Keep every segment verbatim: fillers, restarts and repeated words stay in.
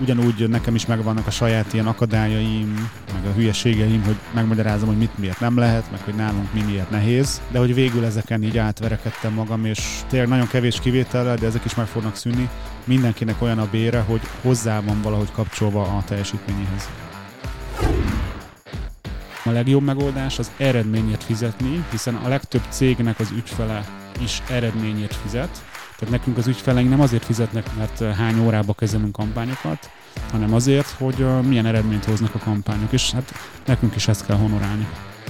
ugyanúgy nekem is megvannak a saját ilyen akadályaim, meg a hülyeségeim, hogy megmagyarázom, hogy mit miért nem lehet, meg hogy nálunk mi miért nehéz, de hogy végül ezeken így átverekedtem magam, és tényleg nagyon kevés kivétellel, de ezek is meg fognak szűnni. Mindenkinek olyan a bére, hogy hozzá van valahogy kapcsolva a teljesítményéhez. A legjobb megoldás az eredményért fizetni, hiszen a legtöbb cégnek az ügyfele is eredményért fizet. Tehát nekünk az ügyfeleink nem azért fizetnek, mert hány órába kezelünk kampányokat, hanem azért, hogy milyen eredményt hoznak a kampányok, és hát nekünk is ezt kell honorálni.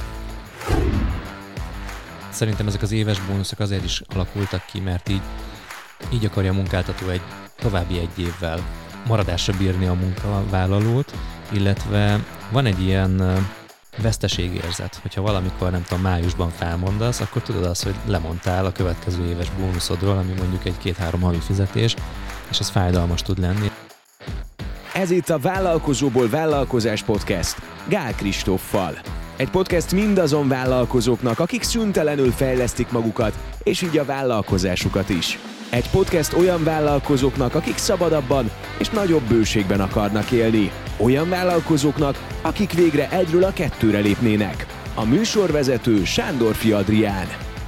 Szerintem ezek az éves bónuszok azért is alakultak ki, mert így, így akarja a munkáltató egy további egy évvel maradásra bírni a munkavállalót, illetve van egy ilyen veszteségérzet, hogyha valamikor, nem tudom, májusban felmondasz, akkor tudod azt, hogy lemondtál a következő éves bónuszodról, ami mondjuk egy két-három havi fizetés, és ez fájdalmas tud lenni. Ez itt a Vállalkozóból Vállalkozás Podcast Gál Kristóffal. Egy podcast mindazon vállalkozóknak, akik szüntelenül fejlesztik magukat, és így a vállalkozásukat is. Egy podcast olyan vállalkozóknak, akik szabadabban és nagyobb bőségben akarnak élni. Olyan vállalkozóknak, akik végre egyről a kettőre lépnének. A műsorvezető Sándorfi Adrián.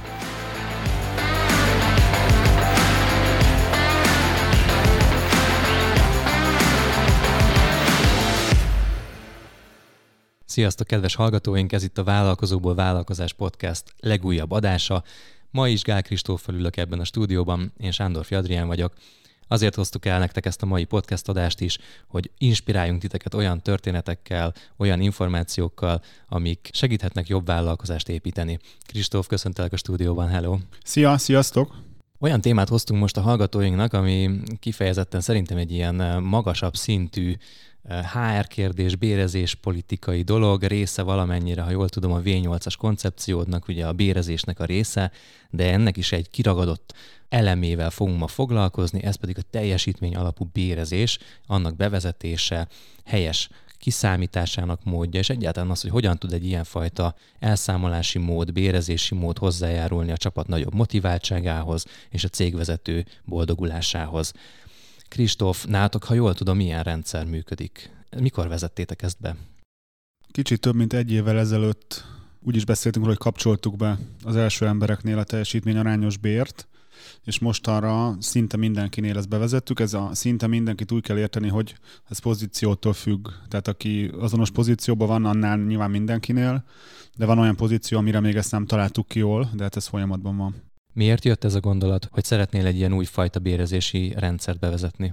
Sziasztok, kedves hallgatóink! Ez itt a Vállalkozóból Vállalkozás Podcast legújabb adása. Ma is Gál Kristóffal ülök ebben a stúdióban, én Sándorfi Adrián vagyok. Azért hoztuk el nektek ezt a mai podcast adást is, hogy inspiráljunk titeket olyan történetekkel, olyan információkkal, amik segíthetnek jobb vállalkozást építeni. Kristóf, köszöntelek a stúdióban, hello! Szia, sziasztok! Olyan témát hoztunk most a hallgatóinknak, ami kifejezetten szerintem egy ilyen magasabb szintű há er kérdés, bérezés, politikai dolog, része valamennyire, ha jól tudom, a vé nyolcas koncepciódnak, ugye a bérezésnek a része, de ennek is egy kiragadott elemével fogunk ma foglalkozni, ez pedig a teljesítmény alapú bérezés, annak bevezetése, helyes kiszámításának módja, és egyáltalán az, hogy hogyan tud egy ilyenfajta elszámolási mód, bérezési mód hozzájárulni a csapat nagyobb motiváltságához és a cégvezető boldogulásához. Kristóf, nálatok, ha jól tudom, milyen rendszer működik? Mikor vezettétek ezt be? Kicsit több mint egy évvel ezelőtt úgy is beszéltünk róla, hogy kapcsoltuk be az első embereknél a teljesítmény arányos bért, és mostanra szinte mindenkinél ezt bevezettük. Ez a szinte mindenkit úgy kell érteni, hogy ez pozíciótól függ. Tehát aki azonos pozícióban van, annál nyilván mindenkinél, de van olyan pozíció, amire még ezt nem találtuk ki jól, de hát ez folyamatban van. Miért jött ez a gondolat, hogy szeretnél egy ilyen újfajta bérezési rendszert bevezetni?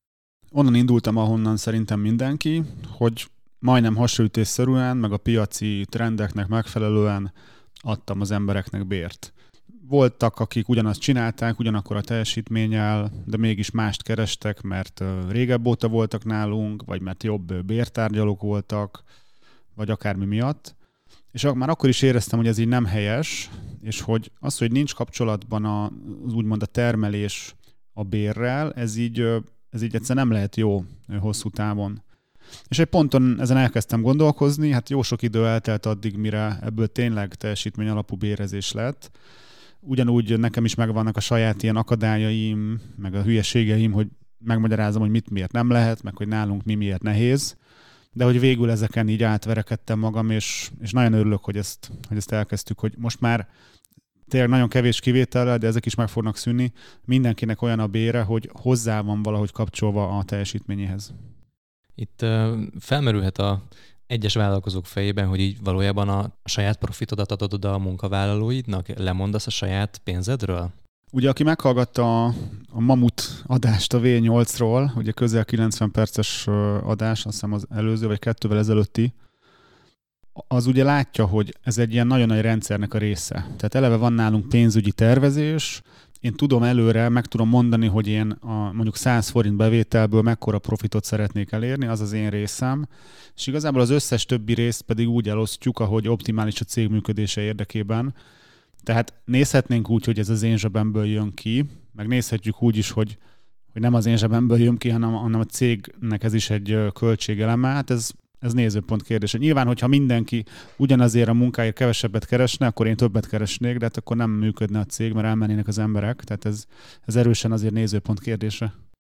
Onnan indultam, ahonnan szerintem mindenki, hogy majdnem hasonlítésszerűen, meg a piaci trendeknek megfelelően adtam az embereknek bért. Voltak, akik ugyanazt csinálták, ugyanakkor a teljesítménnyel, de mégis mást kerestek, mert régebb óta voltak nálunk, vagy mert jobb bértárgyalók voltak, vagy akármi miatt. És már akkor is éreztem, hogy ez így nem helyes, és hogy az, hogy nincs kapcsolatban a, úgymond a termelés a bérrel, ez így, ez így egyszerűen nem lehet jó hosszú távon. És egy ponton ezen elkezdtem gondolkozni, hát jó sok idő eltelt addig, mire ebből tényleg teljesítmény alapú bérezés lett. Ugyanúgy nekem is megvannak a saját ilyen akadályaim, meg a hülyeségeim, hogy megmagyarázom, hogy mit miért nem lehet, meg hogy nálunk mi miért nehéz. De hogy végül ezeken így átverekedtem magam, és, és nagyon örülök, hogy ezt, hogy ezt elkezdtük, hogy most már tényleg nagyon kevés kivétellel, de ezek is meg fognak szűnni. Mindenkinek olyan a bére, hogy hozzá van valahogy kapcsolva a teljesítményéhez. Itt uh, felmerülhet a egyes vállalkozók fejében, hogy így valójában a saját profitodat adod oda a munkavállalóidnak? Lemondasz a saját pénzedről? Ugye, aki meghallgatta a, a Mamut adást a vé nyolcról, ugye közel kilencven perces adás, azt hiszem az előző, vagy kettővel ezelőtti, az ugye látja, hogy ez egy ilyen nagyon nagy rendszernek a része. Tehát eleve van nálunk pénzügyi tervezés, én tudom előre, meg tudom mondani, hogy én a mondjuk száz forint bevételből mekkora profitot szeretnék elérni, az az én részem, és igazából az összes többi részt pedig úgy elosztjuk, ahogy optimális a cég működése érdekében. Tehát nézhetnénk úgy, hogy ez az én zsebemből jön ki, meg nézhetjük úgy is, hogy, hogy nem az én zsebemből jön ki, hanem, hanem a cégnek ez is egy költségeleme. Hát ez, ez nézőpont kérdése. Nyilván, hogyha mindenki ugyanazért a munkáért kevesebbet keresne, akkor én többet keresnék, de hát akkor nem működne a cég, mert elmennének az emberek. Tehát ez, ez erősen azért nézőpont kérdése.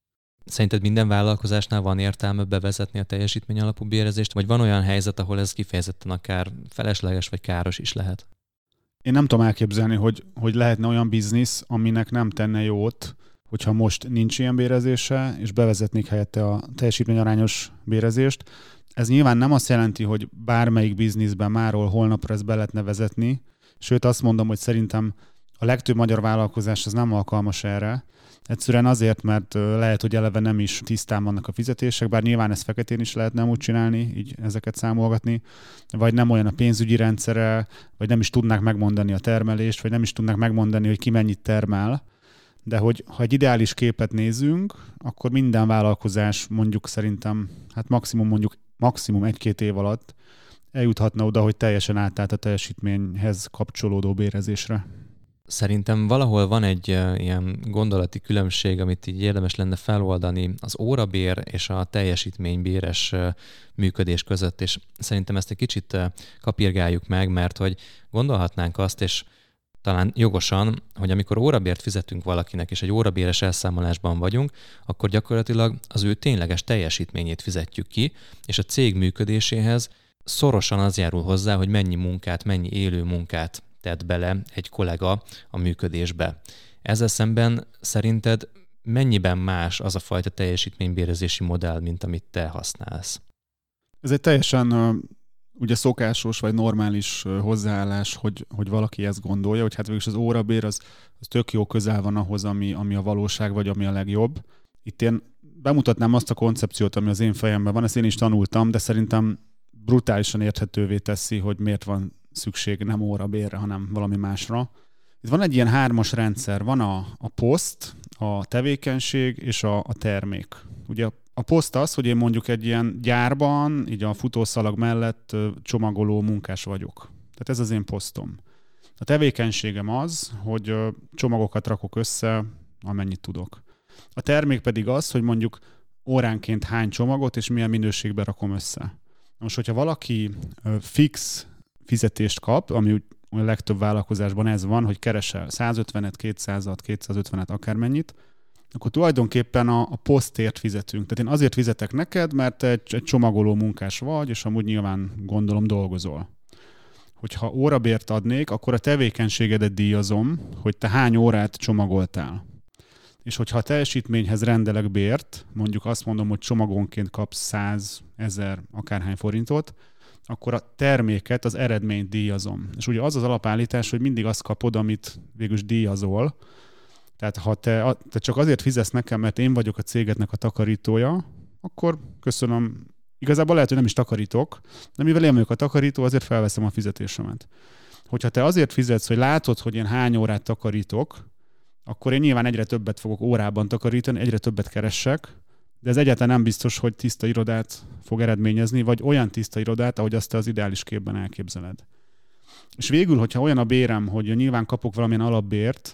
Szerinted minden vállalkozásnál van értelme bevezetni a teljesítmény alapú bérezést, vagy van olyan helyzet, ahol ez kifejezetten akár felesleges vagy káros is lehet? Én nem tudom elképzelni, hogy, hogy lehetne olyan biznisz, aminek nem tenne jót, hogyha most nincs ilyen bérezése, és bevezetnék helyette a teljesítményarányos bérezést. Ez nyilván nem azt jelenti, hogy bármelyik bizniszben máról holnapra ezt be lehetne vezetni, sőt azt mondom, hogy szerintem a legtöbb magyar vállalkozás az nem alkalmas erre. Egyszerűen azért, mert lehet, hogy eleve nem is tisztán vannak a fizetések, bár nyilván ezt feketén is lehetne úgy csinálni, így ezeket számolgatni, vagy nem olyan a pénzügyi rendszere, vagy nem is tudnák megmondani a termelést, vagy nem is tudnák megmondani, hogy ki mennyit termel. De hogy ha egy ideális képet nézünk, akkor minden vállalkozás mondjuk szerintem, hát maximum mondjuk maximum egy-két év alatt eljuthatna oda, hogy teljesen átállt a teljesítményhez kapcsolódó bérezésre. Szerintem valahol van egy uh, ilyen gondolati különbség, amit így érdemes lenne feloldani az órabér és a teljesítménybéres uh, működés között, és szerintem ezt egy kicsit uh, kapirgáljuk meg, mert hogy gondolhatnánk azt, és talán jogosan, hogy amikor órabért fizetünk valakinek, és egy órabéres elszámolásban vagyunk, akkor gyakorlatilag az ő tényleges teljesítményét fizetjük ki, és a cég működéséhez szorosan az járul hozzá, hogy mennyi munkát, mennyi élő munkát tett bele egy kollega a működésbe. Ezzel szemben szerinted mennyiben más az a fajta teljesítménybérezési modell, mint amit te használsz? Ez egy teljesen uh, ugye szokásos vagy normális uh, hozzáállás, hogy, hogy valaki ezt gondolja, hogy hát végülis az órabér az, az tök jó közel van ahhoz, ami, ami a valóság, vagy ami a legjobb. Itt én bemutatnám azt a koncepciót, ami az én fejemben van, ezt én is tanultam, de szerintem brutálisan érthetővé teszi, hogy miért van szükség nem órabérre, hanem valami másra. Itt van egy ilyen hármas rendszer, van a, a poszt, a tevékenység és a, a termék. Ugye a poszt az, hogy én mondjuk egy ilyen gyárban, így a futószalag mellett csomagoló munkás vagyok. Tehát ez az én posztom. A tevékenységem az, hogy csomagokat rakok össze, amennyit tudok. A termék pedig az, hogy mondjuk óránként hány csomagot és milyen minőségben rakom össze. Most, hogyha valaki fix fizetést kap, ami a legtöbb vállalkozásban ez van, hogy keresel százötvenet, kétszázat, kétszázötvenet, akármennyit, akkor tulajdonképpen a, a posztért fizetünk. Tehát én azért fizetek neked, mert egy, egy csomagoló munkás vagy, és amúgy nyilván gondolom dolgozol. Hogyha órabért adnék, akkor a tevékenységedet díjazom, hogy te hány órát csomagoltál. És hogyha a teljesítményhez rendelek bért, mondjuk azt mondom, hogy csomagonként kapsz száz, ezer, akárhány forintot, akkor a terméket, az eredményt díjazom. És ugye az az alapállítás, hogy mindig azt kapod, amit végülis díjazol. Tehát ha te, te csak azért fizetsz nekem, mert én vagyok a cégednek a takarítója, akkor köszönöm. Igazából lehet, hogy nem is takarítok, de mivel én vagyok a takarító, azért felveszem a fizetésemet. Hogyha te azért fizetsz, hogy látod, hogy én hány órát takarítok, akkor én nyilván egyre többet fogok órában takarítani, egyre többet keressek, de ez egyáltalán nem biztos, hogy tiszta irodát fog eredményezni, vagy olyan tiszta irodát, ahogy azt te az ideális képben elképzeled. És végül, hogyha olyan a bérem, hogy nyilván kapok valamilyen alapbért,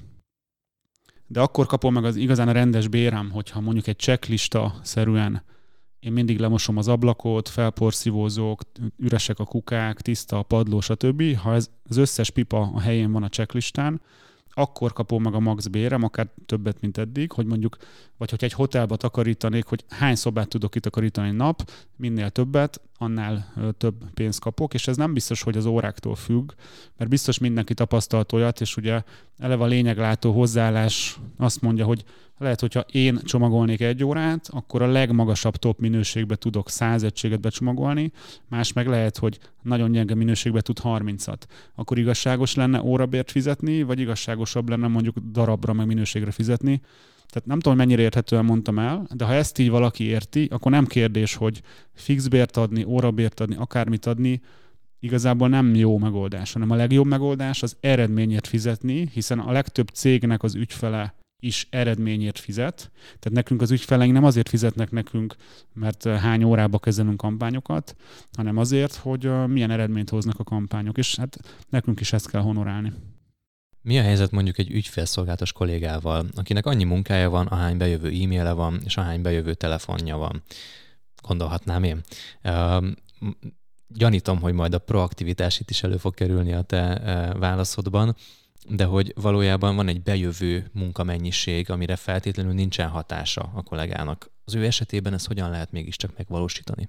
de akkor kapom meg az igazán a rendes bérem, hogyha mondjuk egy checklista szerűen én mindig lemosom az ablakot, felporszívózok, üresek a kukák, tiszta a padló, stb. Ha ez, az összes pipa a helyén van a checklistán, akkor kapom meg a max bérem, akár többet, mint eddig, hogy mondjuk, vagy hogyha egy hotelba takarítanék, hogy hány szobát tudok kitakarítani nap, minél többet, annál több pénzt kapok, és ez nem biztos, hogy az óráktól függ, mert biztos mindenki tapasztalt olyat, és ugye eleve a lényeglátó hozzáállás azt mondja, hogy lehet, hogyha én csomagolnék egy órát, akkor a legmagasabb top minőségbe tudok száz egységet becsomagolni, más meg lehet, hogy nagyon gyenge minőségbe tud harmincat. Akkor igazságos lenne órabért fizetni, vagy igazságosabb lenne mondjuk darabra meg minőségre fizetni. Tehát nem tudom, mennyire érthetően mondtam el, de ha ezt így valaki érti, akkor nem kérdés, hogy fixbért adni, órabért adni, akármit adni, igazából nem jó megoldás, hanem a legjobb megoldás az eredményért fizetni, hiszen a legtöbb cégnek az ügyfele is eredményért fizet. Tehát nekünk az ügyfeleink nem azért fizetnek nekünk, mert hány órába kezelünk kampányokat, hanem azért, hogy milyen eredményt hoznak a kampányok, és hát nekünk is ezt kell honorálni. Mi a helyzet mondjuk egy ügyfélszolgálatos kollégával, akinek annyi munkája van, ahány bejövő e-maile van, és ahány bejövő telefonja van? Gondolhatnám én. Uh, gyanítom, hogy majd a proaktivitás itt is elő fog kerülni a te uh, válaszodban. de hogy valójában van egy bejövő munkamennyiség, amire feltétlenül nincsen hatása a kollégának. Az ő esetében ezt hogyan lehet mégiscsak megvalósítani?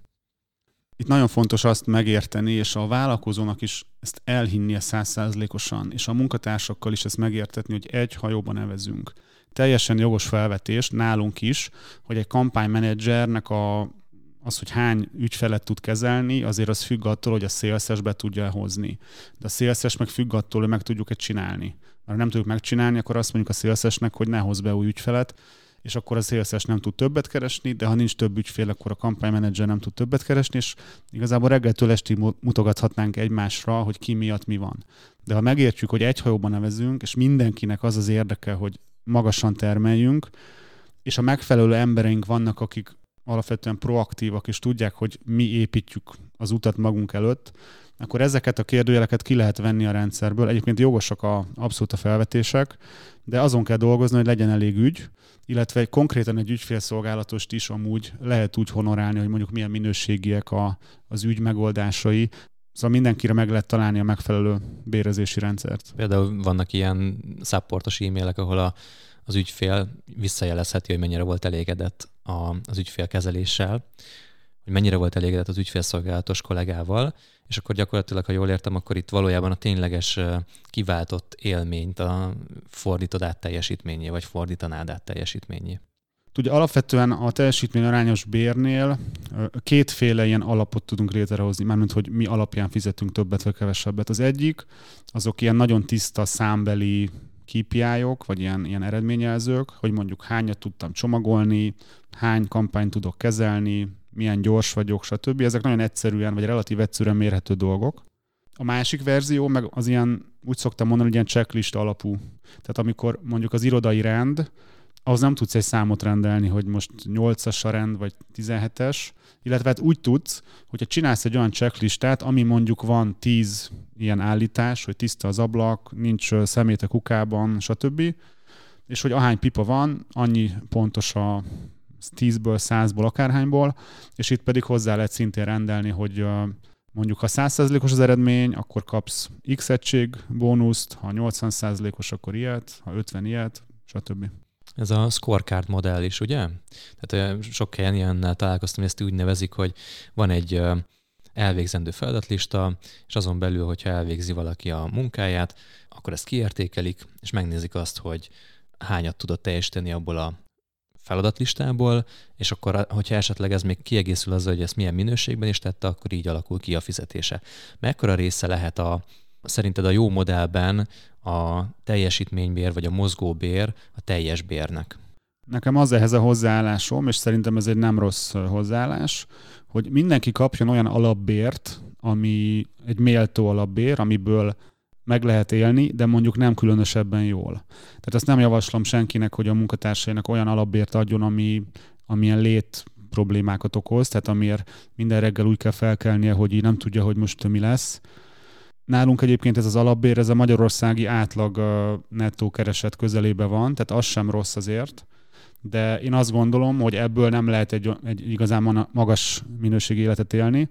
Itt nagyon fontos azt megérteni, és a vállalkozónak is ezt elhinnie száz százalékosan, és a munkatársakkal is ezt megértetni, hogy egy hajóban nevezünk. Teljesen jogos felvetés nálunk is, hogy egy kampánymenedzsernek a, az, hogy hány ügyfelet tud kezelni, azért az függ attól, hogy a szélszes be tudja hozni. De a szélszes meg függ attól, hogy meg tudjuk-e csinálni. Mert ha nem tudjuk megcsinálni, akkor azt mondjuk a szélszesnek, hogy ne hozz be új ügyfelet, és akkor a szélszes nem tud többet keresni, de ha nincs több ügyfél, akkor a kampánymenedzser nem tud többet keresni, és igazából reggeltől estig mutogathatnánk egymásra, hogy ki miatt mi van. De ha megértjük, hogy egy hajóban nevezünk, és mindenkinek az az érdeke, hogy magasan termeljünk, és a megfelelő embereink vannak, akik alapvetően proaktívak, és tudják, hogy mi építjük az utat magunk előtt, akkor ezeket a kérdőjeleket ki lehet venni a rendszerből. Egyébként jogosak a, abszolút a felvetések, de azon kell dolgozni, hogy legyen elég ügy, illetve egy, konkrétan egy ügyfélszolgálatost is amúgy lehet úgy honorálni, hogy mondjuk milyen minőségiek a, az ügy megoldásai. Szóval mindenkire meg lehet találni a megfelelő bérezési rendszert. Például vannak ilyen supportos e-mailek, ahol a, az ügyfél visszajelezheti, hogy mennyire volt elégedett a, az ügyfélkezeléssel, hogy mennyire volt elégedett az ügyfélszolgálatos kollégával, és akkor gyakorlatilag, ha jól értem, akkor itt valójában a tényleges kiváltott élményt a fordítod át teljesítményé, vagy fordítanád át teljesítményé. Ugye alapvetően a teljesítményarányos bérnél kétféle ilyen alapot tudunk létrehozni, mármint hogy mi alapján fizetünk többet vagy kevesebbet. Az egyik, azok ilyen nagyon tiszta számbeli ká pé í-ok, vagy ilyen, ilyen eredményjelzők, hogy mondjuk hányat tudtam csomagolni, hány kampányt tudok kezelni, milyen gyors vagyok, stb. Ezek nagyon egyszerűen, vagy relatív egyszerűen mérhető dolgok. A másik verzió, meg az ilyen, úgy szoktam mondani, hogy ilyen checklist alapú. Tehát amikor mondjuk az irodai rend, ahhoz nem tudsz egy számot rendelni, hogy most nyolcas a rend, vagy tizenhetes, illetve hát úgy tudsz, hogyha csinálsz egy olyan checklistát, ami mondjuk van tíz ilyen állítás, hogy tiszta az ablak, nincs szemét a kukában, stb. És hogy ahány pipa van, annyi pontos a tízből, százból, akárhányból, és itt pedig hozzá lehet szintén rendelni, hogy mondjuk ha száz százalékos az eredmény, akkor kapsz X egység bónuszt, ha nyolcvan százalékos, akkor ilyet, ha ötven ilyet, stb. Ez a scorecard modell is, ugye? Tehát sok helyen ilyennel találkoztam, hogy ezt úgy nevezik, hogy van egy elvégzendő feladatlista, és azon belül, hogyha elvégzi valaki a munkáját, akkor ezt kiértékelik, és megnézik azt, hogy hányat tudott teljesíteni abból a feladatlistából, és akkor, hogyha esetleg ez még kiegészül azzal, hogy ezt milyen minőségben is tette, akkor így alakul ki a fizetése. Mekkora része lehet a, szerinted a jó modellben a teljesítménybér vagy a mozgóbér a teljes bérnek? Nekem az ehhez a hozzáállásom, és szerintem ez egy nem rossz hozzáállás, hogy mindenki kapjon olyan alapbért, ami egy méltó alapbér, amiből meg lehet élni, de mondjuk nem különösebben jól. Tehát azt nem javaslom senkinek, hogy a munkatársainak olyan alapbért adjon, ami, amilyen lét problémákat okoz, tehát amiért minden reggel úgy kell felkelnie, hogy így nem tudja, hogy most mi lesz. Nálunk egyébként ez az alapbér, ez a magyarországi átlag nettó kereset közelébe van, tehát az sem rossz azért, de én azt gondolom, hogy ebből nem lehet egy, egy igazán magas minőségi életet élni.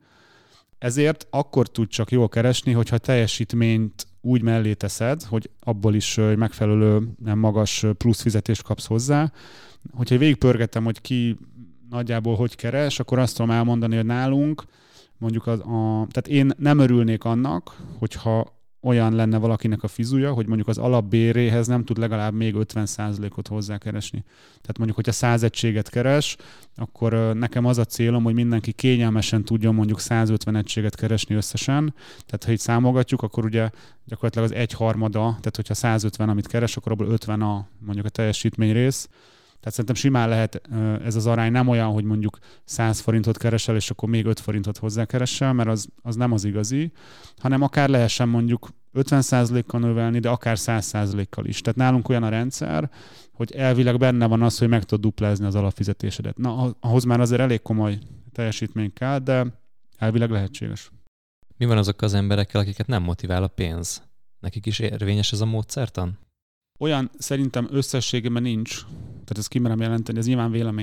Ezért akkor tud csak jól keresni, hogyha teljesítményt úgy mellé teszed, hogy abból is megfelelő nem magas plusz fizetést kapsz hozzá. Hogyha végigpörgetem, hogy ki nagyjából hogy keres, akkor azt tudom elmondani, hogy nálunk mondjuk az, a, tehát én nem örülnék annak, hogyha olyan lenne valakinek a fizuja, hogy mondjuk az alapbéréhez nem tud legalább még ötven százalékot hozzákeresni. Tehát mondjuk, hogyha száz egységet keres, akkor nekem az a célom, hogy mindenki kényelmesen tudjon mondjuk százötven egységet keresni összesen. Tehát ha így számolgatjuk, akkor ugye gyakorlatilag az egyharmada, tehát hogyha százötven, amit keres, akkor abból ötven a mondjuk a teljesítmény rész. Tehát szerintem simán lehet ez az arány, nem olyan, hogy mondjuk száz forintot keresel, és akkor még öt forintot hozzákeresel, mert az, az nem az igazi, hanem akár lehessen mondjuk ötven százalékkal növelni, de akár száz százalékkal is. Tehát nálunk olyan a rendszer, hogy elvileg benne van az, hogy meg tud duplázni az alapfizetésedet. Na, ahhoz már azért elég komoly teljesítmény kell, de elvileg lehetséges. Mi van azokkal az emberekkel, akiket nem motivál a pénz? Nekik is érvényes ez a módszertan? Olyan szerintem összességében nincs, tehát ezt kimerem jelenteni, ez nyilván vélemény.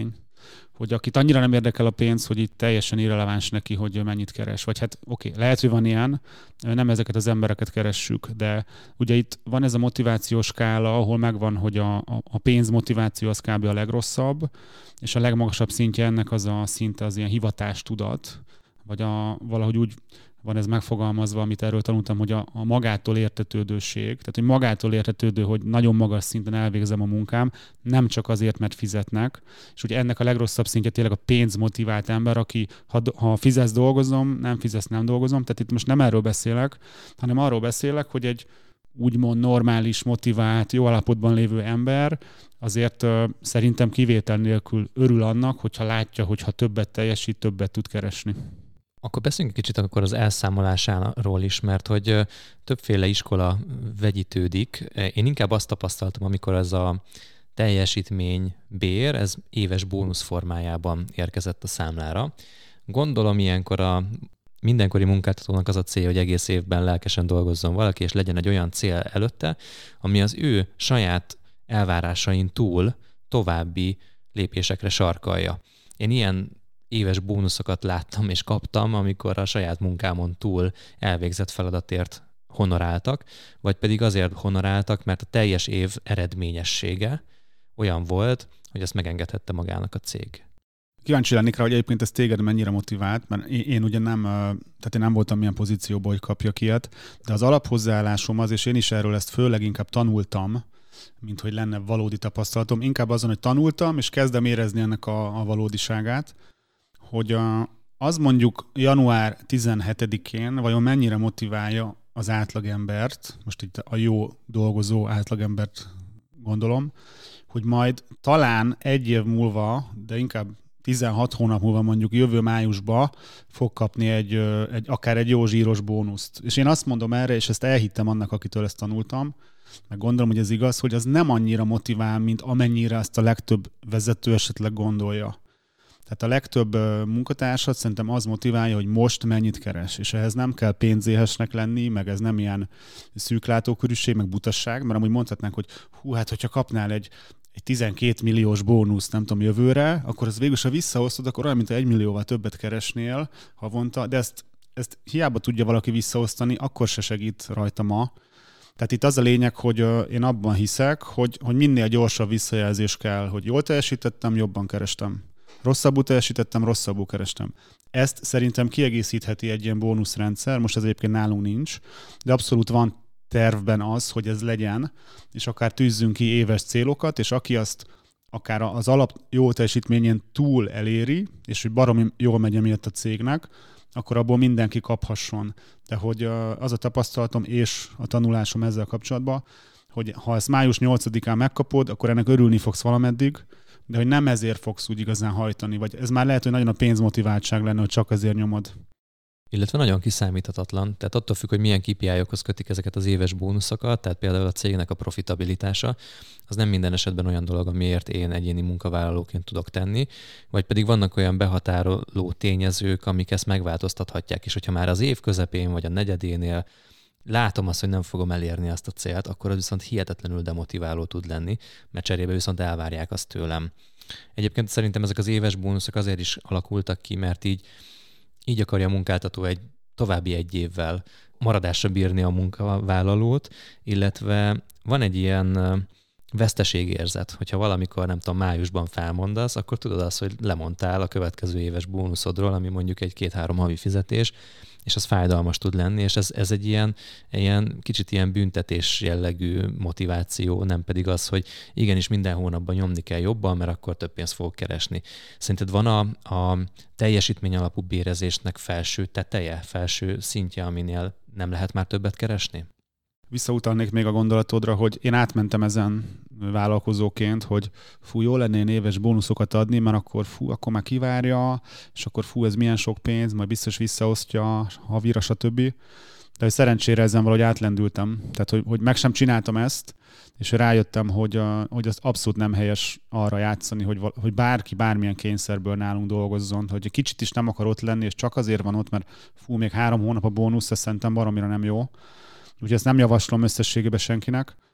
hogy akit annyira nem érdekel a pénz, hogy itt teljesen irreleváns neki, hogy mennyit keres. Vagy hát oké, okay, lehet, hogy van ilyen, nem ezeket az embereket keressük, de ugye itt van ez a motivációs skála, ahol megvan, hogy a, a, a pénz motiváció az kb. A legrosszabb, és a legmagasabb szintje ennek az a szinte az ilyen hivatástudat, vagy a, valahogy úgy van ez megfogalmazva, amit erről tanultam, hogy a, a magától értetődőség, tehát hogy magától értetődő, hogy nagyon magas szinten elvégzem a munkám, nem csak azért, mert fizetnek, és ugye ennek a legrosszabb szintje tényleg a pénzmotivált ember, aki ha, ha fizetsz, dolgozom, nem fizetsz, nem dolgozom, tehát itt most nem erről beszélek, hanem arról beszélek, hogy egy úgymond normális, motivált, jó állapotban lévő ember azért uh, szerintem kivétel nélkül örül annak, hogyha látja, hogy ha többet teljesít, többet tud keresni. Akkor beszéljünk kicsit akkor az elszámolásáról is, mert hogy többféle iskola vegyítődik. Én inkább azt tapasztaltam, amikor ez a teljesítmény bér, ez éves bónusz formájában érkezett a számlára. Gondolom ilyenkor a mindenkori munkáltatónak az a cél, hogy egész évben lelkesen dolgozzon valaki, és legyen egy olyan cél előtte, ami az ő saját elvárásain túl további lépésekre sarkalja. Én ilyen éves bónuszokat láttam és kaptam, amikor a saját munkámon túl elvégzett feladatért honoráltak, vagy pedig azért honoráltak, mert a teljes év eredményessége olyan volt, hogy ezt megengedhette magának a cég. Kíváncsi lennék rá, hogy egyébként ez téged mennyire motivált, mert én, én ugye nem, tehát én nem voltam ilyen pozícióban, hogy kapjak ilyet, de az alaphozzáállásom az, és én is erről ezt főleg inkább tanultam, mint hogy lenne valódi tapasztalatom, inkább azon, hogy tanultam, és kezdem érezni ennek a, a valódiságát, hogy a, az mondjuk január tizenhetedikén vajon mennyire motiválja az átlagembert, most itt a jó dolgozó átlagembert gondolom, hogy majd talán egy év múlva, de inkább tizenhat hónap múlva mondjuk jövő májusban fog kapni egy, egy, akár egy jó zsíros bónuszt. És én azt mondom erre, és ezt elhittem annak, akitől ezt tanultam, meg gondolom, hogy ez igaz, hogy az nem annyira motivál, mint amennyire azt a legtöbb vezető esetleg gondolja. Tehát a legtöbb munkatársat szerintem az motiválja, hogy most mennyit keres, és ehhez nem kell pénzéhesnek lenni, meg ez nem ilyen szűklátókörűség, meg butasság, mert amúgy mondhatnánk, hogy hú, hát hogyha kapnál egy, egy tizenkét milliós bónusz, nem tudom, jövőre, akkor az végül, ha visszaosztod, akkor olyan, mint egy millióval többet keresnél havonta, de ezt, ezt hiába tudja valaki visszaosztani, akkor se segít rajta ma. Tehát itt az a lényeg, hogy én abban hiszek, hogy, hogy minél gyorsabb visszajelzés kell, hogy jól teljesítettem, jobban kerestem. Rosszabbul teljesítettem, rosszabbul kerestem. Ezt szerintem kiegészítheti egy ilyen bónuszrendszer, most ez egyébként nálunk nincs, de abszolút van tervben az, hogy ez legyen, és akár tűzzünk ki éves célokat, és aki azt akár az alap jó teljesítményén túl eléri, és hogy baromi jól megy emiatt a cégnek, akkor abból mindenki kaphasson. De hogy az a tapasztalatom és a tanulásom ezzel kapcsolatban, hogy ha ezt május nyolcadikán megkapod, akkor ennek örülni fogsz valameddig, de hogy nem ezért fogsz úgy igazán hajtani, vagy ez már lehet, hogy nagyon a pénzmotiváltság lenne, hogy csak azért nyomod. Illetve nagyon kiszámíthatatlan, tehát attól függ, hogy milyen ká pé í-okhoz kötik ezeket az éves bónuszokat, tehát például a cégnek a profitabilitása, az nem minden esetben olyan dolog, amiért én egyéni munkavállalóként tudok tenni, vagy pedig vannak olyan behatároló tényezők, amik ezt megváltoztathatják, és hogyha már az év közepén vagy a negyedénél látom azt, hogy nem fogom elérni azt a célt, akkor az viszont hihetetlenül demotiváló tud lenni, mert cserébe viszont elvárják azt tőlem. Egyébként szerintem ezek az éves bónuszok azért is alakultak ki, mert így, így akarja a munkáltató egy további egy évvel maradásra bírni a munkavállalót, illetve van egy ilyen veszteségérzet, hogyha valamikor, nem tudom, májusban felmondasz, akkor tudod azt, hogy lemondtál a következő éves bónuszodról, ami mondjuk egy két-három havi fizetés, és az fájdalmas tud lenni, és ez, ez egy ilyen, ilyen kicsit ilyen büntetés jellegű motiváció, nem pedig az, hogy igenis minden hónapban nyomni kell jobban, mert akkor több pénzt fogok keresni. Szerinted van a, a teljesítmény alapú bérezésnek felső teteje, felső szintje, aminél nem lehet már többet keresni? Visszautalnék még a gondolatodra, hogy én átmentem ezen vállalkozóként, hogy fú, jó lenne én éves bónuszokat adni, mert akkor fú, akkor már kivárja, és akkor fú, ez milyen sok pénz, majd biztos visszaosztja havira, stb. De hogy szerencsére ezen valahogy átlendültem. Tehát, hogy, hogy meg sem csináltam ezt, és rájöttem, hogy, hogy az abszolút nem helyes arra játszani, hogy, hogy bárki bármilyen kényszerből nálunk dolgozzon, hogy egy kicsit is nem akar ott lenni, és csak azért van ott, mert fú, még három hónap a bónusz, ez szerintem baromira nem jó. Úgyhogy ezt nem javaslom összességében senkinek.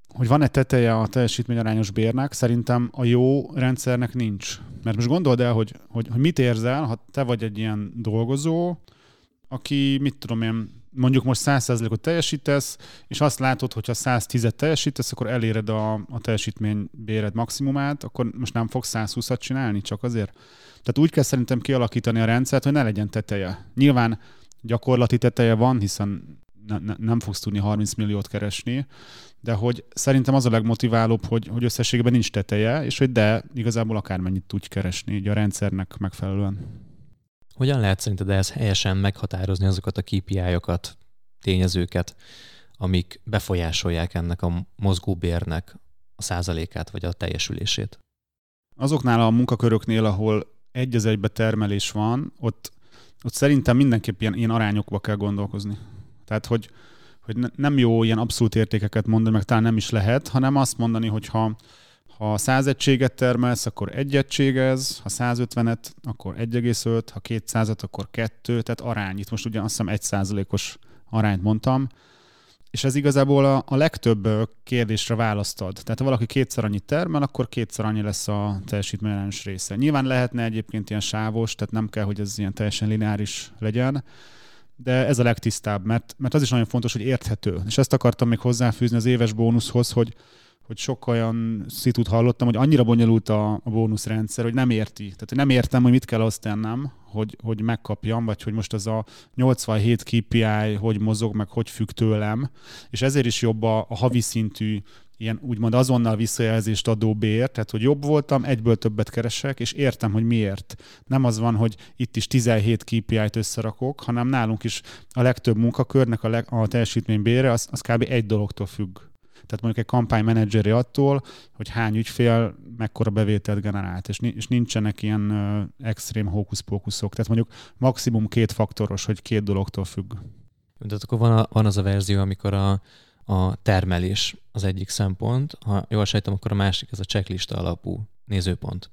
hogy van-e teteje a teljesítményarányos bérnek, szerintem a jó rendszernek nincs. Mert most gondold el, hogy, hogy, hogy mit érzel, ha te vagy egy ilyen dolgozó, aki, mit tudom én, mondjuk most száz százalékot teljesítesz, és azt látod, hogy ha száz tízet teljesítesz, akkor eléred a, a teljesítménybéred maximumát, akkor most nem fogsz száz húszat csinálni csak azért. Tehát úgy kell szerintem kialakítani a rendszert, hogy ne legyen teteje. Nyilván gyakorlati teteje van, hiszen ne, ne, nem fogsz tudni harminc milliót keresni, de hogy szerintem az a legmotiválóbb, hogy, hogy összességében nincs teteje, és hogy de igazából akármennyit tudj keresni így a rendszernek megfelelően. Hogyan lehet szerinted ehhez helyesen meghatározni azokat a ká pé í-okat, tényezőket, amik befolyásolják ennek a mozgóbérnek a százalékát vagy a teljesülését? Azoknál a munkaköröknél, ahol egy az egybe termelés van, ott, ott szerintem mindenképp ilyen, ilyen arányokba kell gondolkozni. Tehát, hogy, hogy ne, nem jó ilyen abszolút értékeket mondani, meg talán nem is lehet, hanem azt mondani, hogy ha, ha száz egységet termelsz, akkor egy egységez, ha száz ötvenet, akkor egy egész öt, ha kétszázat, akkor kettő, tehát arány. Itt most ugye azt hiszem egy százalékos arányt mondtam, és ez igazából a, a legtöbb kérdésre választad. Tehát ha valaki kétszer annyit termel, akkor kétszer annyi lesz a teljesítményarányos része. Nyilván lehetne egyébként ilyen sávos, tehát nem kell, hogy ez ilyen teljesen lineáris legyen, de ez a legtisztább, mert, mert az is nagyon fontos, hogy érthető. És ezt akartam még hozzáfűzni az éves bónuszhoz, hogy, hogy sok olyan szitut hallottam, hogy annyira bonyolult a, a bónuszrendszer, hogy nem érti. Tehát nem értem, hogy mit kell azt tennem, hogy, hogy megkapjam, vagy hogy most az a nyolcvanhét ká pé í hogy mozog, meg hogy függ tőlem. És ezért is jobb a, a havi szintű, ilyen úgymond azonnal visszajelzést adó bér, tehát hogy jobb voltam, egyből többet keresek, és értem, hogy miért. Nem az van, hogy itt is tizenhét ká pé í-t összerakok, hanem nálunk is a legtöbb munkakörnek a, leg, a teljesítménybére az, az kb. Egy dologtól függ. Tehát mondjuk egy kampánymenedzseri attól, hogy hány ügyfél mekkora bevételt generált, és, és nincsenek ilyen ö, extrém hókusz-pókuszok. Tehát mondjuk maximum két faktoros, hogy két dologtól függ. Tehát akkor van, a, van az a verzió, amikor a, a termelés az egyik szempont, ha jól sejtem, akkor a másik ez a checklista alapú nézőpont.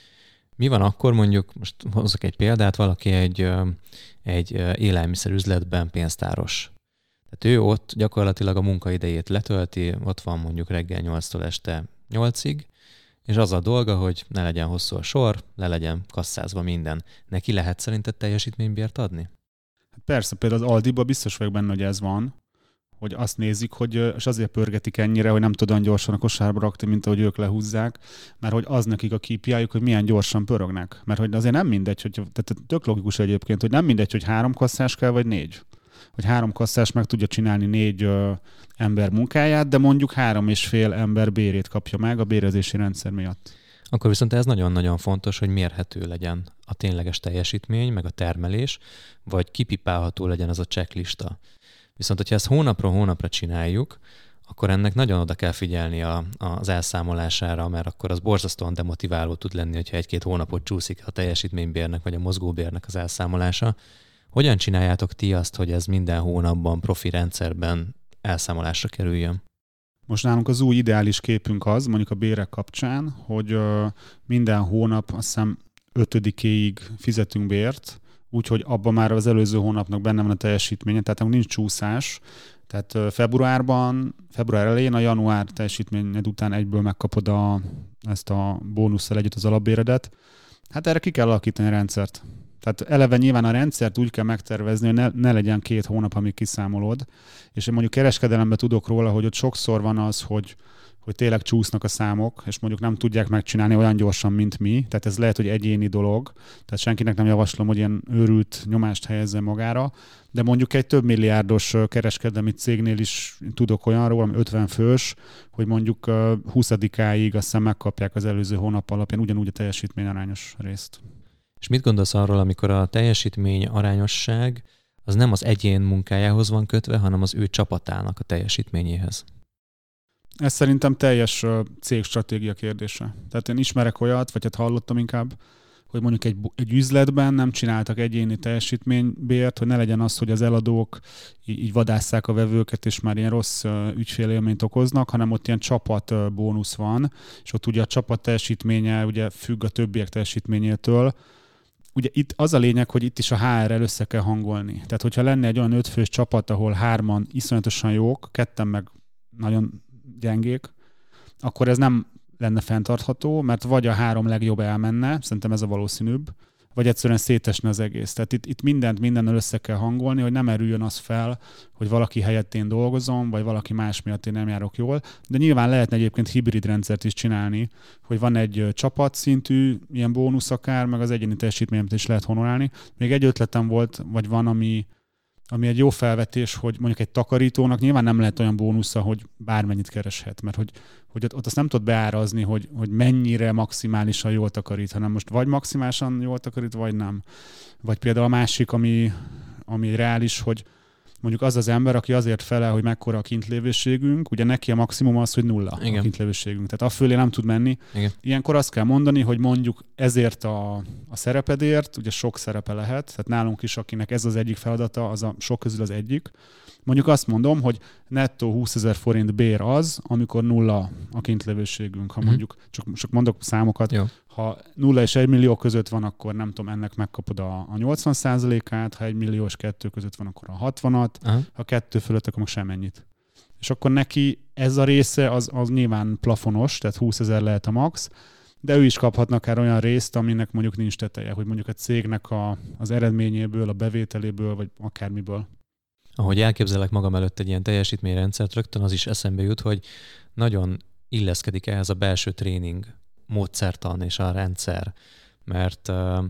Mi van akkor, mondjuk, most hozzak egy példát, valaki egy, egy élelmiszerüzletben pénztáros. Tehát ő ott gyakorlatilag a munkaidejét letölti, ott van mondjuk reggel nyolctól este nyolcig, és az a dolga, hogy ne legyen hosszú a sor, le legyen kasszázva minden. Neki lehet szerinted teljesítménybért adni? Persze, például az Aldiba biztos vagyok benne, hogy ez van, hogy azt nézik, hogy, és azért pörgetik ennyire, hogy nem tudom gyorsan a kosárba rakni, mint ahogy ők lehúzzák, mert hogy az nekik a ká pé í-juk, hogy milyen gyorsan pörögnek. Mert hogy azért nem mindegy, hogy, tehát tök logikus egyébként, hogy nem mindegy, hogy három kasszás kell, vagy négy. Hogy három kasszás meg tudja csinálni négy ö, ember munkáját, de mondjuk három és fél ember bérét kapja meg a bérezési rendszer miatt. Akkor viszont ez nagyon-nagyon fontos, hogy mérhető legyen a tényleges teljesítmény, meg a termelés, vagy kipipálható legyen az a checklista. Viszont, hogyha ezt hónapról hónapra csináljuk, akkor ennek nagyon oda kell figyelni a, az elszámolására, mert akkor az borzasztóan demotiváló tud lenni, hogyha egy-két hónapot csúszik a teljesítménybérnek, vagy a mozgóbérnek az elszámolása. Hogyan csináljátok ti azt, hogy ez minden hónapban, profi rendszerben elszámolásra kerüljön? Most nálunk az új ideális képünk az, mondjuk a bérek kapcsán, hogy ö, minden hónap azt hiszem ötödikéig fizetünk bért, úgyhogy abban már az előző hónapnak benne van a teljesítménye, tehát nincs csúszás. Tehát ö, februárban, február elején a január teljesítményed után egyből megkapod a, ezt a bónusszal együtt az alapbéredet. Hát erre ki kell alakítani a rendszert. Tehát eleve nyilván a rendszert úgy kell megtervezni, hogy ne, ne legyen két hónap, amíg kiszámolod. És én mondjuk kereskedelemben tudok róla, hogy ott sokszor van az, hogy, hogy tényleg csúsznak a számok, és mondjuk nem tudják megcsinálni olyan gyorsan, mint mi. Tehát ez lehet, hogy egyéni dolog. Tehát senkinek nem javaslom, hogy ilyen őrült nyomást helyezzen magára. De mondjuk egy több milliárdos kereskedelmi cégnél is tudok olyanról, ami ötven fős, hogy mondjuk huszadikáig azt hiszem megkapják az előző hónap alapján ugyanúgy a teljesítményarányos részt. És mit gondolsz arról, amikor a teljesítmény arányosság az nem az egyén munkájához van kötve, hanem az ő csapatának a teljesítményéhez? Ez szerintem teljes cégstratégia kérdése. Tehát én ismerek olyat, vagy hát hallottam inkább, hogy mondjuk egy, egy üzletben nem csináltak egyéni teljesítménybért, hogy ne legyen az, hogy az eladók így, így vadásszák a vevőket, és már ilyen rossz ügyfélélményt okoznak, hanem ott ilyen csapat bónusz van, és ott ugye a csapat teljesítménye ugye függ a többiek teljesítményétől. Ugye itt az a lényeg, hogy itt is a há er-rel össze kell hangolni. Tehát, hogyha lenne egy olyan ötfős csapat, ahol hárman iszonyatosan jók, ketten meg nagyon gyengék, akkor ez nem lenne fenntartható, mert vagy a három legjobb elmenne, szerintem ez a valószínűbb, vagy egyszerűen szétesne az egész. Tehát itt, itt mindent mindennel össze kell hangolni, hogy nem erüljön az fel, hogy valaki helyett én dolgozom, vagy valaki más miatt én nem járok jól. De nyilván lehetne egyébként hibrid rendszert is csinálni, hogy van egy csapatszintű ilyen bónusz akár, meg az egyéni teljesítményemet is lehet honorálni. Még egy ötletem volt, vagy van, ami, ami egy jó felvetés, hogy mondjuk egy takarítónak nyilván nem lehet olyan bónusza, hogy bármennyit kereshet, mert hogy, hogy ott azt nem tudod beárazni, hogy, hogy mennyire maximálisan jól takarít, hanem most vagy maximálisan jól takarít, vagy nem. Vagy például a másik, ami, ami reális, hogy mondjuk az az ember, aki azért felel, hogy mekkora a kintlévőségünk, ugye neki a maximum az, hogy nulla. Igen. A kintlévőségünk. Tehát afölé nem tud menni. Igen. Ilyenkor azt kell mondani, hogy mondjuk ezért a, a szerepedért, ugye sok szerepe lehet, tehát nálunk is, akinek ez az egyik feladata, az a sok közül az egyik. Mondjuk azt mondom, hogy nettó húszezer forint bér az, amikor nulla a kintlévőségünk. Ha mondjuk, csak, csak mondok számokat, jó. Ha nulla és egy millió között van, akkor nem tudom, ennek megkapod a, a nyolcvan százalékát, ha egy millió és kettő között van, akkor a hatvanat, aha. Ha kettő fölött, akkor semmennyit. És akkor neki ez a része az, az nyilván plafonos, tehát húszezer lehet a max, de ő is kaphatna akár olyan részt, aminek mondjuk nincs teteje, hogy mondjuk a cégnek a, az eredményéből, a bevételéből, vagy akármiből. Ahogy elképzelek magam előtt egy ilyen teljesítményrendszert, rögtön az is eszembe jut, hogy nagyon illeszkedik ehhez a belső tréning módszertan és a rendszer. Mert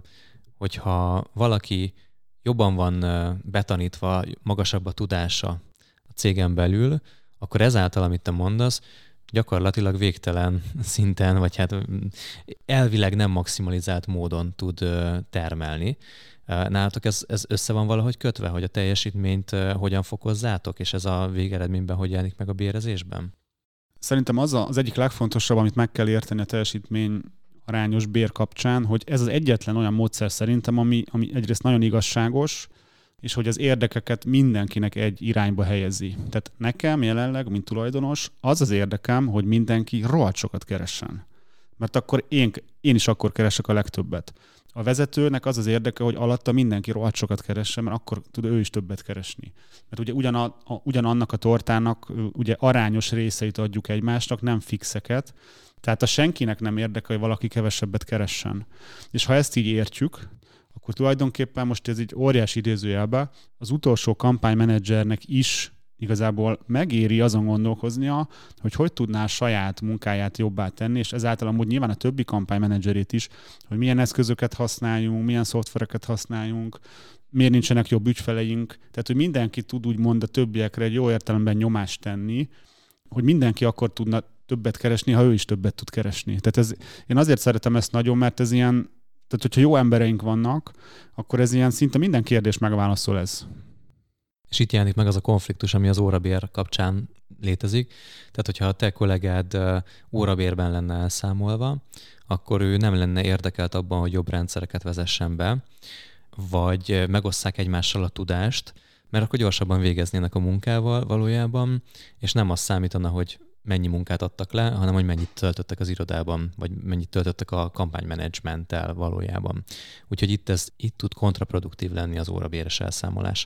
hogyha valaki jobban van betanítva, magasabb a tudása a cégen belül, akkor ezáltal, amit te mondasz, gyakorlatilag végtelen szinten, vagy hát elvileg nem maximalizált módon tud termelni. Nálatok ez, ez össze van valahogy kötve, hogy a teljesítményt hogyan fokozzátok, és ez a végeredményben hogy jelenik meg a bérezésben? Szerintem az az egyik legfontosabb, amit meg kell érteni a teljesítmény arányos bér kapcsán, hogy ez az egyetlen olyan módszer szerintem, ami, ami egyrészt nagyon igazságos, és hogy az érdekeket mindenkinek egy irányba helyezi. Tehát nekem jelenleg, mint tulajdonos, az az érdekem, hogy mindenki rohadt sokat keressen. Mert akkor én, én is akkor keresek a legtöbbet. A vezetőnek az az érdeke, hogy alatta mindenki rohadt sokat keressen, mert akkor tud ő is többet keresni. Mert ugye ugyan a, a, ugyanannak a tortának ugye arányos részeit adjuk egymásnak, nem fixeket. Tehát a senkinek nem érdeke, hogy valaki kevesebbet keressen. És ha ezt így értjük, akkor tulajdonképpen most ez egy óriási idézőjelbe, az utolsó kampánymenedzsernek is igazából megéri azon gondolkoznia, hogy hogy tudná a saját munkáját jobbá tenni, és ezáltal amúgy nyilván a többi kampánymenedzserét is, hogy milyen eszközöket használjunk, milyen szoftvereket használjunk, miért nincsenek jobb ügyfeleink. Tehát, hogy mindenki tud úgymond a többiekre egy jó értelemben nyomást tenni, hogy mindenki akkor tudna többet keresni, ha ő is többet tud keresni. Tehát ez, én azért szeretem ezt nagyon, mert ez ilyen, tehát hogyha jó embereink vannak, akkor ez ilyen szinte minden kérdés megválaszol ez. És itt jelenik meg az a konfliktus, ami az órabér kapcsán létezik. Tehát, hogyha a te kollégád órabérben lenne elszámolva, akkor ő nem lenne érdekelt abban, hogy jobb rendszereket vezessen be, vagy megosszák egymással a tudást, mert akkor gyorsabban végeznének a munkával valójában, és nem az számítana, hogy mennyi munkát adtak le, hanem hogy mennyit töltöttek az irodában, vagy mennyit töltöttek a kampánymenedzsmenttel valójában. Úgyhogy itt, ez, itt tud kontraproduktív lenni az órabéres elszámolás.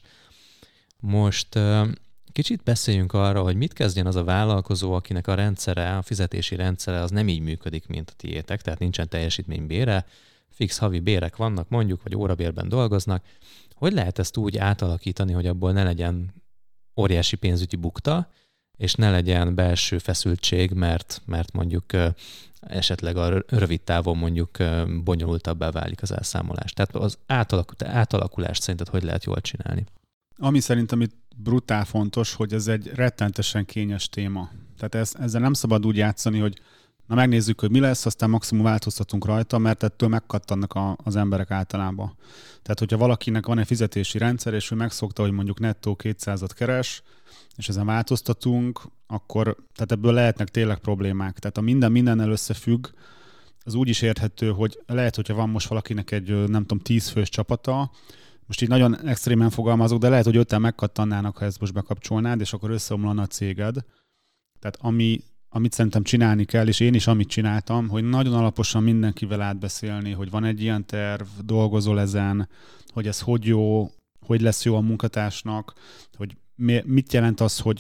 Most kicsit beszéljünk arra, hogy mit kezdjen az a vállalkozó, akinek a rendszere, a fizetési rendszere az nem így működik, mint a tiétek, tehát nincsen teljesítménybére, fix havi bérek vannak mondjuk, vagy órabérben dolgoznak. Hogy lehet ezt úgy átalakítani, hogy abból ne legyen óriási pénzügyi bukta, és ne legyen belső feszültség, mert, mert mondjuk esetleg a rövid távon mondjuk bonyolultabbá válik az elszámolás. Tehát az átalakulást szerinted hogy lehet jól csinálni? Ami szerintem itt brutál fontos, hogy ez egy rettentesen kényes téma. Tehát ez, ezzel nem szabad úgy játszani, hogy na megnézzük, hogy mi lesz, aztán maximum változtatunk rajta, mert ettől megkattannak a, az emberek általában. Tehát, hogyha valakinek van egy fizetési rendszer, és ő megszokta, hogy mondjuk nettó kétszázat keres, és ezen változtatunk, akkor tehát ebből lehetnek tényleg problémák. Tehát a minden mindennel összefügg, az úgy is érthető, hogy lehet, hogyha van most valakinek egy, nem tudom, tíz fős csapata, most így nagyon extrémen fogalmazok, de lehet, hogy öten megkattannának, ha ezt most bekapcsolnád, és akkor összeomlana a céged. Tehát ami, amit szerintem csinálni kell, és én is amit csináltam, hogy nagyon alaposan mindenkivel átbeszélni, hogy van egy ilyen terv, dolgozol ezen, hogy ez hogy jó, hogy lesz jó a munkatársnak, hogy mit jelent az, hogy,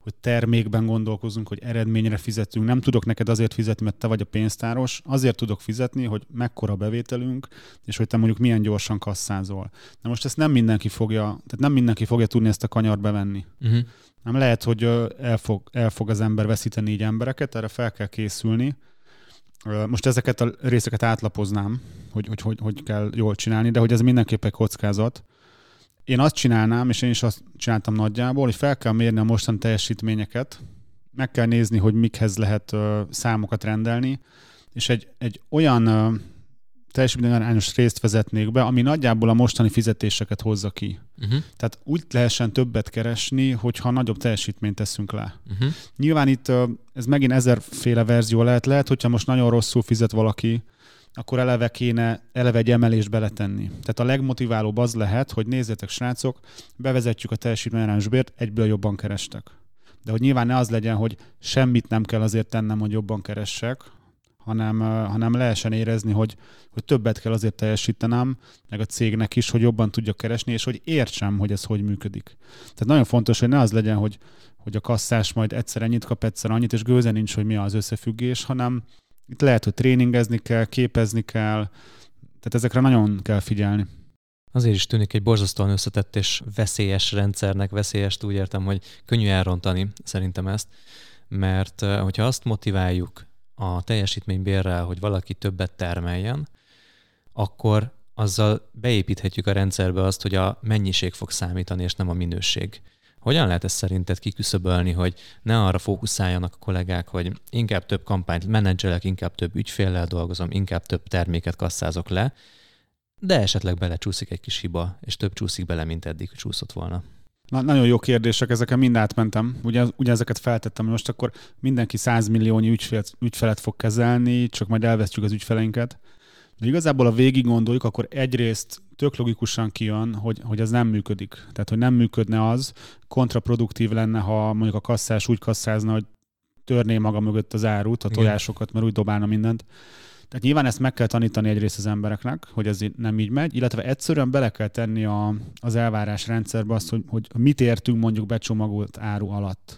hogy termékben gondolkozunk, hogy eredményre fizetünk. Nem tudok neked azért fizetni, mert te vagy a pénztáros, azért tudok fizetni, hogy mekkora bevételünk, és hogy te mondjuk milyen gyorsan kasszázol. Na most ezt nem mindenki fogja, tehát nem mindenki fogja tudni ezt a kanyart bevenni. Uh-huh. Nem lehet, hogy el fog, el fog az ember veszíteni így embereket, erre fel kell készülni. Most ezeket a részeket átlapoznám, hogy hogy, hogy hogy kell jól csinálni, de hogy ez mindenképpen kockázat. Én azt csinálnám, és én is azt csináltam nagyjából, hogy fel kell mérni a mostani teljesítményeket, meg kell nézni, hogy mikhez lehet uh, számokat rendelni, és egy, egy olyan uh, teljesítményarányos részt vezetnék be, ami nagyjából a mostani fizetéseket hozza ki. Uh-huh. Tehát úgy lehessen többet keresni, hogyha nagyobb teljesítményt teszünk le. Uh-huh. Nyilván itt uh, ez megint ezerféle verzió lehet, lehet, hogyha most nagyon rosszul fizet valaki, akkor eleve kéne eleve egy emelést beletenni. Tehát a legmotiválóbb az lehet, hogy nézzétek srácok, bevezetjük a teljesítményarányos bért, egyből jobban kerestek. De hogy nyilván ne az legyen, hogy semmit nem kell azért tennem, hogy jobban keressek, hanem, hanem lehessen érezni, hogy, hogy többet kell azért teljesítenem, meg a cégnek is, hogy jobban tudjak keresni, és hogy értsem, hogy ez hogy működik. Tehát nagyon fontos, hogy ne az legyen, hogy, hogy a kasszás majd egyszer ennyit kap, egyszer annyit, és gőze nincs, hogy mi az összefüggés, hanem itt lehet, hogy tréningezni kell, képezni kell, tehát ezekre nagyon kell figyelni. Azért is tűnik egy borzasztóan összetett és veszélyes rendszernek, veszélyes, úgy értem, hogy könnyű elrontani szerintem ezt, mert hogyha azt motiváljuk a teljesítménybérrel, hogy valaki többet termeljen, akkor azzal beépíthetjük a rendszerbe azt, hogy a mennyiség fog számítani, és nem a minőség. Hogyan lehet ezt szerinted kiküszöbölni, hogy ne arra fókuszáljanak a kollégák, hogy inkább több kampányt menedzselek, inkább több ügyféllel dolgozom, inkább több terméket kasszázok le, de esetleg belecsúszik egy kis hiba, és több csúszik bele, mint eddig csúszott volna? Na, nagyon jó kérdések, ezeken mind átmentem. Ugye, ugye ezeket feltettem, hogy most akkor mindenki száz milliónyi ügyfél, ügyfelet fog kezelni, csak majd elvesztjük az ügyfeleinket. De igazából, ha végig gondoljuk, akkor egyrészt tök logikusan kijön, hogy, hogy ez nem működik. Tehát, hogy nem működne az, kontraproduktív lenne, ha mondjuk a kasszás úgy kasszázna, hogy törné maga mögött az árut, a tojásokat, mert úgy dobálna mindent. Tehát nyilván ezt meg kell tanítani egyrészt az embereknek, hogy ez nem így megy, illetve egyszerűen bele kell tenni a, az elvárás rendszerbe azt, hogy, hogy mit értünk mondjuk becsomagolt áru alatt.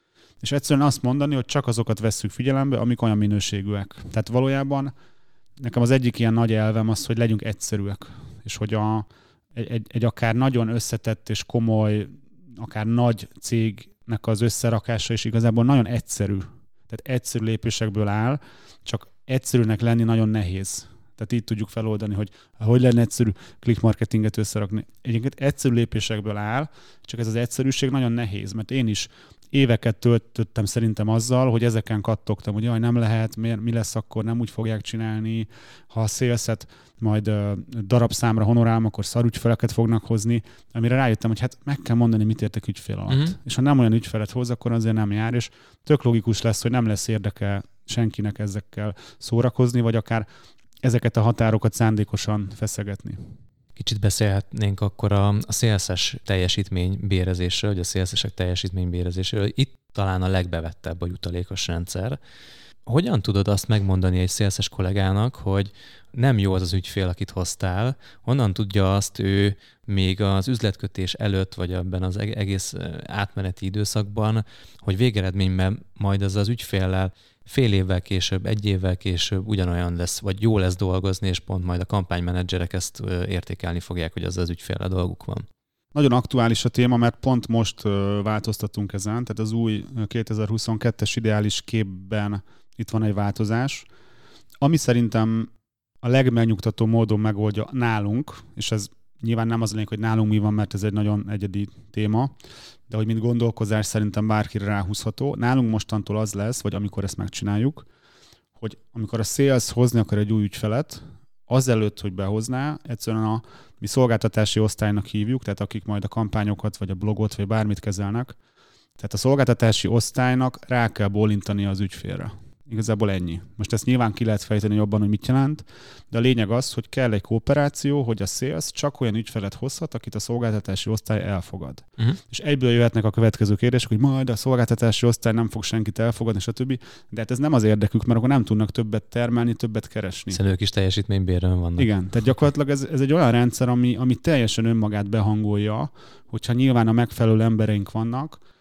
És egyszerűen azt mondani, hogy csak azokat vesszük figyelembe, amik olyan minőségűek. Tehát valójában nekem az egyik ilyen nagy elvem az, hogy legyünk egyszerűek. És hogy a, egy, egy, egy akár nagyon összetett és komoly, akár nagy cégnek az összerakása is igazából nagyon egyszerű. Tehát egyszerű lépésekből áll, csak egyszerűnek lenni nagyon nehéz. Tehát így tudjuk feloldani, hogy hogy lenne egyszerű click marketinget összerakni. Egyébként egyszerű lépésekből áll, csak ez az egyszerűség nagyon nehéz, mert én is éveket töltöttem szerintem azzal, hogy ezeken kattogtam, hogy jaj, nem lehet, miért, mi lesz akkor, nem úgy fogják csinálni, ha a szélszet majd uh, darabszámra honorálom, akkor szarügyfeleket fognak hozni, amire rájöttem, hogy hát meg kell mondani, mit értek ügyfél alatt. Uh-huh. És ha nem olyan ügyfelet hoz, akkor azért nem jár, és tök logikus lesz, hogy nem lesz érdeke senkinek ezekkel szórakozni, vagy akár ezeket a határokat szándékosan feszegetni. Kicsit beszélhetnénk akkor a, a szélszes teljesítménybérezésről, vagy a szélszesek teljesítménybérezésről. Itt talán a legbevettebb a jutalékos rendszer. Hogyan tudod azt megmondani egy szélszes kollégának, hogy nem jó az az ügyfél, akit hoztál, honnan tudja azt ő még az üzletkötés előtt, vagy ebben az egész átmeneti időszakban, hogy végeredményben majd az az ügyféllel fél évvel később, egy évvel később ugyanolyan lesz, vagy jó lesz dolgozni, és pont majd a kampánymenedzserek ezt értékelni fogják, hogy az az ügyféllel dolguk van. Nagyon aktuális a téma, mert pont most változtatunk ezen, tehát az új kétezer-huszonkettes ideális képben itt van egy változás, ami szerintem a legmegnyugtató módon megoldja nálunk, és ez nyilván nem az lényeg, hogy nálunk mi van, mert ez egy nagyon egyedi téma, de hogy mint gondolkozás szerintem bárkire ráhúzható. Nálunk mostantól az lesz, vagy amikor ezt megcsináljuk, hogy amikor a sales hozni akar egy új ügyfelet, azelőtt, hogy behozná, egyszerűen a mi szolgáltatási osztálynak hívjuk, tehát akik majd a kampányokat, vagy a blogot, vagy bármit kezelnek, tehát a szolgáltatási osztálynak rá kell bólintani az ügyfélre. Igazából ennyi. Most ezt nyilván ki lehet fejteni jobban, hogy mit jelent, de a lényeg az, hogy kell egy kooperáció, hogy a sales csak olyan ügyfelet hozhat, akit a szolgáltatási osztály elfogad. Uh-huh. És egyből jöhetnek a következő kérdések, hogy majd a szolgáltatási osztály nem fog senkit elfogadni, stb. De hát ez nem az érdekük, mert akkor nem tudnak többet termelni, többet keresni. Hiszen ők is teljesítménybérben vannak. Igen, tehát gyakorlatilag ez, ez egy olyan rendszer, ami, ami teljesen önmagát behangolja, hogyha nyilván a megfelelő embereink vannak,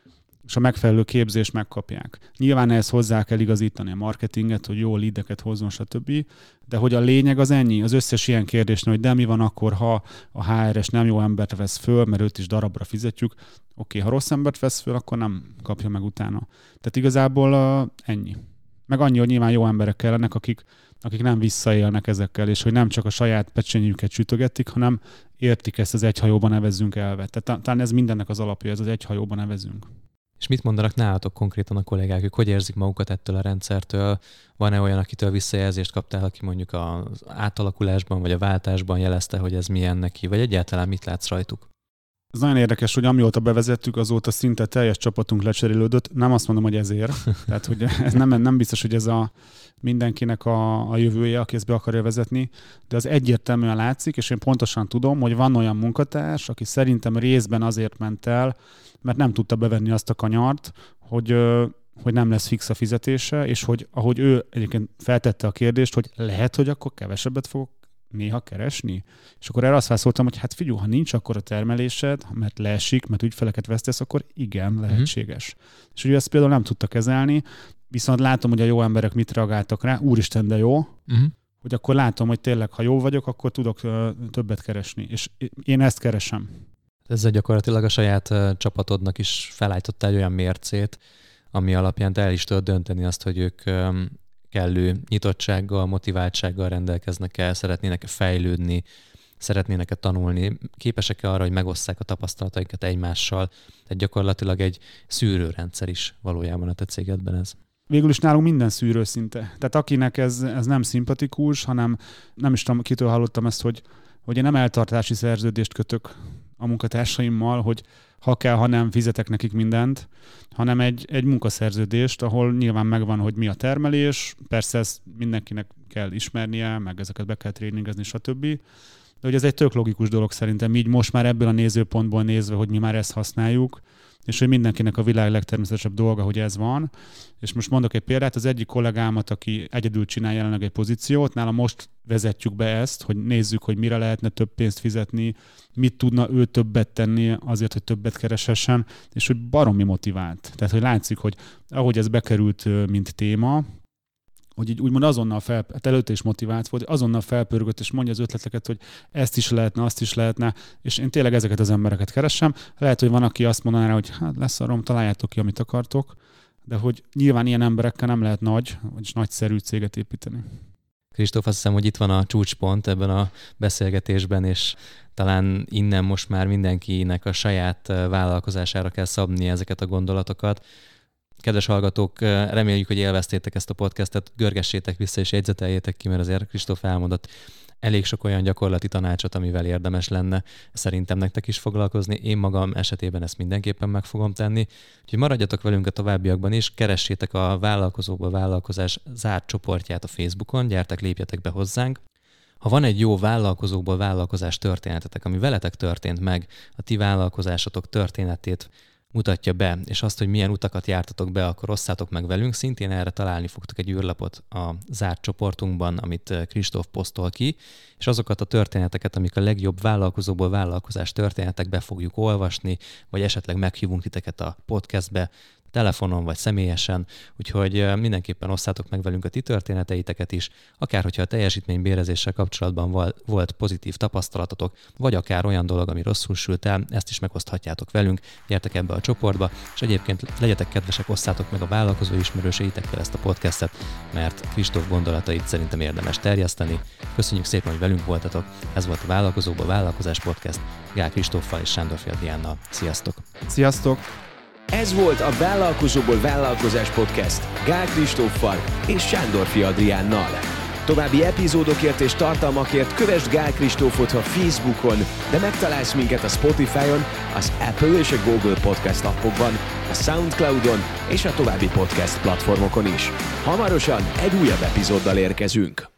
és a megfelelő képzést megkapják. Nyilván ehhez hozzá kell igazítani a marketinget, hogy jó leadeket hozzon, stb. De hogy a lényeg az ennyi, az összes ilyen kérdésnél, hogy de mi van akkor, ha a há er es nem jó embert vesz föl, mert őt is darabra fizetjük. Oké, okay, ha rossz embert vesz föl, akkor nem kapja meg utána. Tehát igazából uh, ennyi. Meg annyi, hogy nyilván jó emberek kellenek, akik, akik nem visszaélnek ezekkel, és hogy nem csak a saját pecsenyüket sütögetik, hanem értik ezt az egy hajóban nevezzünk elvet. Tehát talán ez mindennek az alapja, ez az egy hajóban nevezünk. És mit mondanak nálatok konkrétan a kollégák, ők hogy érzik magukat ettől a rendszertől? Van-e olyan, akitől visszajelzést kaptál, aki mondjuk az átalakulásban vagy a váltásban jelezte, hogy ez milyen neki, vagy egyáltalán mit látsz rajtuk? Ez nagyon érdekes, hogy amióta bevezettük, azóta szinte teljes csapatunk lecserélődött. Nem azt mondom, hogy ezért. Tehát, hogy ez nem, nem biztos, hogy ez a mindenkinek a, a jövője, aki ezt be akarja vezetni, de az egyértelműen látszik, és én pontosan tudom, hogy van olyan munkatárs, aki szerintem részben azért ment el, mert nem tudta bevenni azt a kanyart, hogy, hogy nem lesz fix a fizetése, és hogy ahogy ő egyébként feltette a kérdést, hogy lehet, hogy akkor kevesebbet fogok néha keresni. És akkor erre azt válaszoltam, hogy hát figyelj, ha nincs akkor a termelésed, mert leesik, mert ügyfeleket vesztesz, akkor igen, lehetséges. Uh-huh. És ugye ezt például nem tudta kezelni, viszont látom, hogy a jó emberek mit reagáltak rá, úristen, de jó, uh-huh. hogy akkor látom, hogy tényleg, ha jó vagyok, akkor tudok uh, többet keresni. És én ezt keresem. Ezzel gyakorlatilag a saját uh, csapatodnak is felállítottál egy olyan mércét, ami alapján te el is tudod dönteni azt, hogy ők um, kellő nyitottsággal, motiváltsággal rendelkeznek el, szeretnének-e fejlődni, szeretnének-e tanulni, képesek-e arra, hogy megosszák a tapasztalataikat egymással. Tehát gyakorlatilag egy szűrőrendszer is valójában a te cégedben ez. Végül is nálunk minden szűrő szinte. Tehát akinek ez, ez nem szimpatikus, hanem nem is tudom, kitől hallottam ezt, hogy, hogy én nem eltartási szerződést kötök a munkatársaimmal, hogy ha kell, ha nem, fizetek nekik mindent, hanem egy, egy munkaszerződést, ahol nyilván megvan, hogy mi a termelés, persze ezt mindenkinek kell ismernie, meg ezeket be kell tréningezni, stb. De hogy ez egy tök logikus dolog szerintem, így most már ebből a nézőpontból nézve, hogy mi már ezt használjuk, és hogy mindenkinek a világ legtermészetesebb dolga, hogy ez van. És most mondok egy példát, az egyik kollégámat, aki egyedül csinál jelenleg egy pozíciót, nála most vezetjük be ezt, hogy nézzük, hogy mire lehetne több pénzt fizetni, mit tudna ő többet tenni azért, hogy többet kereshessen, és hogy baromi motivált. Tehát, hogy látszik, hogy ahogy ez bekerült, mint téma, hogy így úgymond azonnal fel, hát előtte is motivált volt, azonnal felpörgött, és mondja az ötleteket, hogy ezt is lehetne, azt is lehetne, és én tényleg ezeket az embereket keresem. Lehet, hogy van, aki azt mondaná, hogy hát leszarom, találjátok ki, amit akartok, de hogy nyilván ilyen emberekkel nem lehet nagy, vagyis nagyszerű céget építeni. Kristóf, azt hiszem, hogy itt van a csúcspont ebben a beszélgetésben, és talán innen most már mindenkinek a saját vállalkozására kell szabni ezeket a gondolatokat. Kedves hallgatók, reméljük, hogy élveztétek ezt a podcastet, görgessétek vissza és jegyzeteljétek ki, mert azért Kristóf elmondott elég sok olyan gyakorlati tanácsot, amivel érdemes lenne szerintem nektek is foglalkozni. Én magam esetében ezt mindenképpen meg fogom tenni. Úgyhogy maradjatok velünk a továbbiakban is, keressétek a Vállalkozóból Vállalkozás zárt csoportját a Facebookon, gyertek, lépjetek be hozzánk. Ha van egy jó vállalkozóból vállalkozás történetetek, ami veletek történt meg, a ti vállalkozásotok történetét mutatja be, és azt, hogy milyen utakat jártatok be, akkor osszátok meg velünk. Szintén erre találni fogtok egy űrlapot a zárt csoportunkban, amit Kristóf posztol ki, és azokat a történeteket, amik a legjobb vállalkozóból vállalkozás történetek be fogjuk olvasni, vagy esetleg meghívunk titeket a podcastbe, telefonon vagy személyesen, úgyhogy mindenképpen osszátok meg velünk a ti történeteiteket is, akár hogyha a teljesítménybérezéssel kapcsolatban volt pozitív tapasztalatotok, vagy akár olyan dolog, ami rosszul sült el, ezt is megoszthatjátok velünk, gyertek ebbe a csoportba, és egyébként legyetek kedvesek, osszátok meg a vállalkozó ismerőseitekkel ezt a podcastet, mert Kristóf gondolatait szerintem érdemes terjeszteni. Köszönjük szépen, hogy velünk voltatok, ez volt a Vállalkozóból Vállalkozás Podcast, Gál Kristóffal és Sándorfi Adriánnal. Sziasztok! Sziasztok! Ez volt a Vállalkozóból Vállalkozás Podcast Gál Kristóffal és Sándorfi Adriánnal. További epizódokért és tartalmakért kövesd Gál Kristófot a Facebookon, de megtalálsz minket a Spotify-on, az Apple és a Google Podcast appokban, a Soundcloudon és a további podcast platformokon is. Hamarosan egy újabb epizóddal érkezünk.